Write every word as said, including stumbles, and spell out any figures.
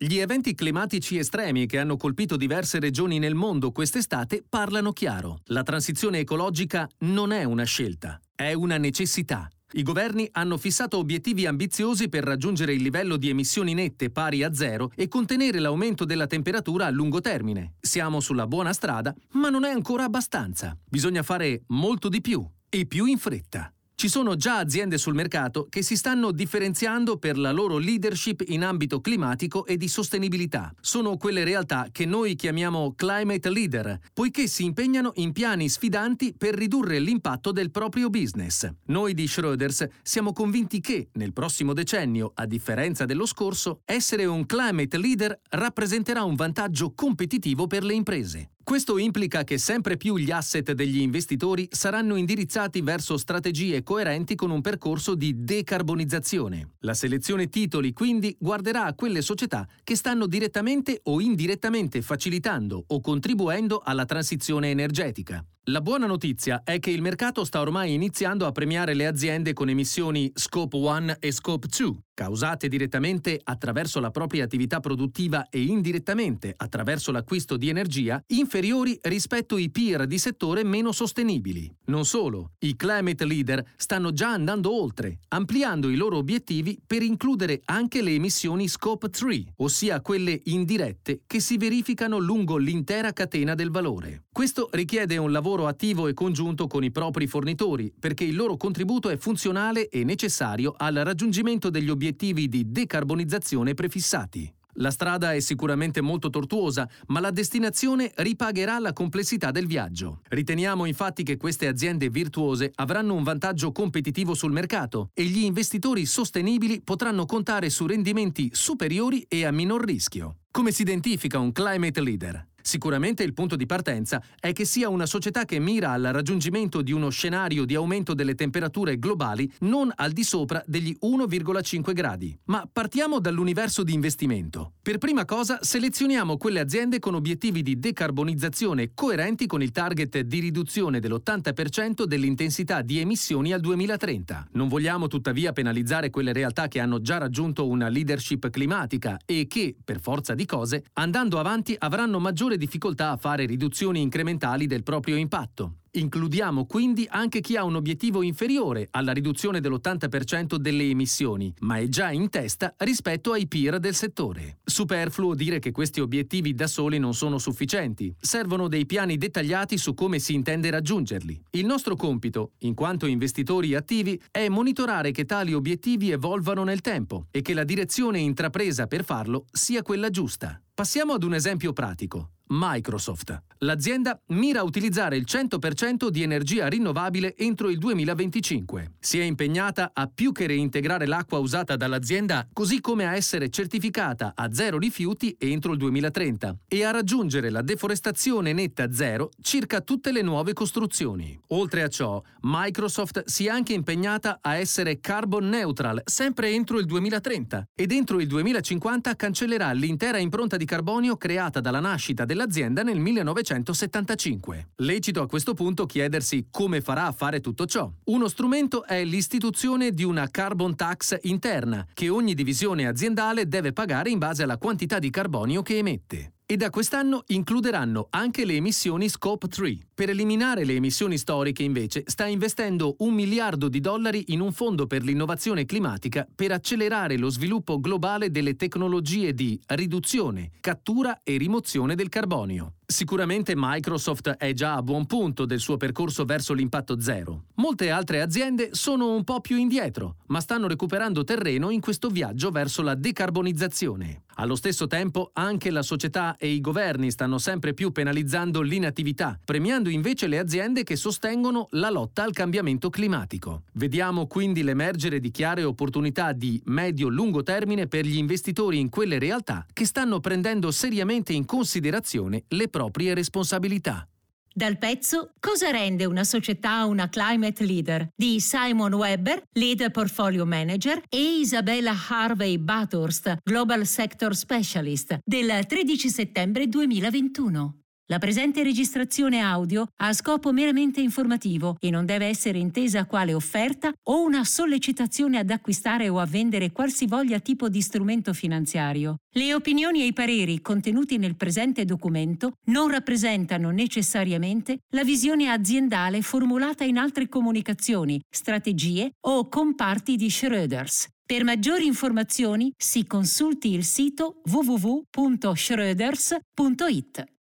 Gli eventi climatici estremi che hanno colpito diverse regioni nel mondo quest'estate parlano chiaro. La transizione ecologica non è una scelta, è una necessità. I governi hanno fissato obiettivi ambiziosi per raggiungere il livello di emissioni nette pari a zero e contenere l'aumento della temperatura a lungo termine. Siamo sulla buona strada, ma non è ancora abbastanza. Bisogna fare molto di più e più in fretta. Ci sono già aziende sul mercato che si stanno differenziando per la loro leadership in ambito climatico e di sostenibilità. Sono quelle realtà che noi chiamiamo climate leader, poiché si impegnano in piani sfidanti per ridurre l'impatto del proprio business. Noi di Schroders siamo convinti che, nel prossimo decennio, a differenza dello scorso, essere un climate leader rappresenterà un vantaggio competitivo per le imprese. Questo implica che sempre più gli asset degli investitori saranno indirizzati verso strategie coerenti con un percorso di decarbonizzazione. La selezione titoli quindi guarderà a quelle società che stanno direttamente o indirettamente facilitando o contribuendo alla transizione energetica. La buona notizia è che il mercato sta ormai iniziando a premiare le aziende con emissioni Scope uno e Scope due, causate direttamente attraverso la propria attività produttiva e indirettamente attraverso l'acquisto di energia, inferiori rispetto ai peer di settore meno sostenibili. Non solo, i climate leader stanno già andando oltre, ampliando i loro obiettivi per includere anche le emissioni Scope tre, ossia quelle indirette che si verificano lungo l'intera catena del valore. Questo richiede un lavoro attivo e congiunto con i propri fornitori, perché il loro contributo è funzionale e necessario al raggiungimento degli obiettivi di decarbonizzazione prefissati. La strada è sicuramente molto tortuosa, ma la destinazione ripagherà la complessità del viaggio. Riteniamo infatti che queste aziende virtuose avranno un vantaggio competitivo sul mercato e gli investitori sostenibili potranno contare su rendimenti superiori e a minor rischio. Come si identifica un climate leader? Sicuramente il punto di partenza è che sia una società che mira al raggiungimento di uno scenario di aumento delle temperature globali non al di sopra degli uno virgola cinque gradi. Ma partiamo dall'universo di investimento. Per prima cosa selezioniamo quelle aziende con obiettivi di decarbonizzazione coerenti con il target di riduzione dell'ottanta per cento dell'intensità di emissioni al duemilatrenta. Non vogliamo tuttavia penalizzare quelle realtà che hanno già raggiunto una leadership climatica e che, per forza di cose, andando avanti avranno maggiore difficoltà a fare riduzioni incrementali del proprio impatto. Includiamo quindi anche chi ha un obiettivo inferiore alla riduzione dell'ottanta per cento delle emissioni, ma è già in testa rispetto ai peer del settore. Superfluo dire che questi obiettivi da soli non sono sufficienti. Servono dei piani dettagliati su come si intende raggiungerli. Il nostro compito, in quanto investitori attivi, è monitorare che tali obiettivi evolvano nel tempo e che la direzione intrapresa per farlo sia quella giusta. Passiamo ad un esempio pratico. Microsoft. L'azienda mira a utilizzare il cento per cento di energia rinnovabile entro il duemilaventicinque. Si è impegnata a più che reintegrare l'acqua usata dall'azienda, così come a essere certificata a zero rifiuti entro il duemilatrenta e a raggiungere la deforestazione netta zero circa tutte le nuove costruzioni. Oltre a ciò, Microsoft si è anche impegnata a essere carbon neutral sempre entro il duemilatrenta ed entro il duemilacinquanta cancellerà l'intera impronta di carbonio creata dalla nascita della l'azienda nel millenovecentosettantacinque. Lecito a questo punto chiedersi come farà a fare tutto ciò. Uno strumento è l'istituzione di una carbon tax interna, che ogni divisione aziendale deve pagare in base alla quantità di carbonio che emette. E da quest'anno includeranno anche le emissioni Scope tre. Per eliminare le emissioni storiche, invece, sta investendo un miliardo di dollari in un fondo per l'innovazione climatica per accelerare lo sviluppo globale delle tecnologie di riduzione, cattura e rimozione del carbonio. Sicuramente Microsoft è già a buon punto del suo percorso verso l'impatto zero. Molte altre aziende sono un po' più indietro, ma stanno recuperando terreno in questo viaggio verso la decarbonizzazione. Allo stesso tempo, anche la società e i governi stanno sempre più penalizzando l'inattività, premiando invece le aziende che sostengono la lotta al cambiamento climatico. Vediamo quindi l'emergere di chiare opportunità di medio-lungo termine per gli investitori in quelle realtà che stanno prendendo seriamente in considerazione le proprie responsabilità. Dal pezzo Cosa rende una società una climate leader di Simon Webber, Lead Portfolio Manager, e Isabella Harvey Bathurst, Global Sector Specialist, del tredici settembre duemilaventuno. La presente registrazione audio ha scopo meramente informativo e non deve essere intesa quale offerta o una sollecitazione ad acquistare o a vendere qualsivoglia tipo di strumento finanziario. Le opinioni e i pareri contenuti nel presente documento non rappresentano necessariamente la visione aziendale formulata in altre comunicazioni, strategie o comparti di Schroders. Per maggiori informazioni si consulti il sito w w w punto schroders punto it.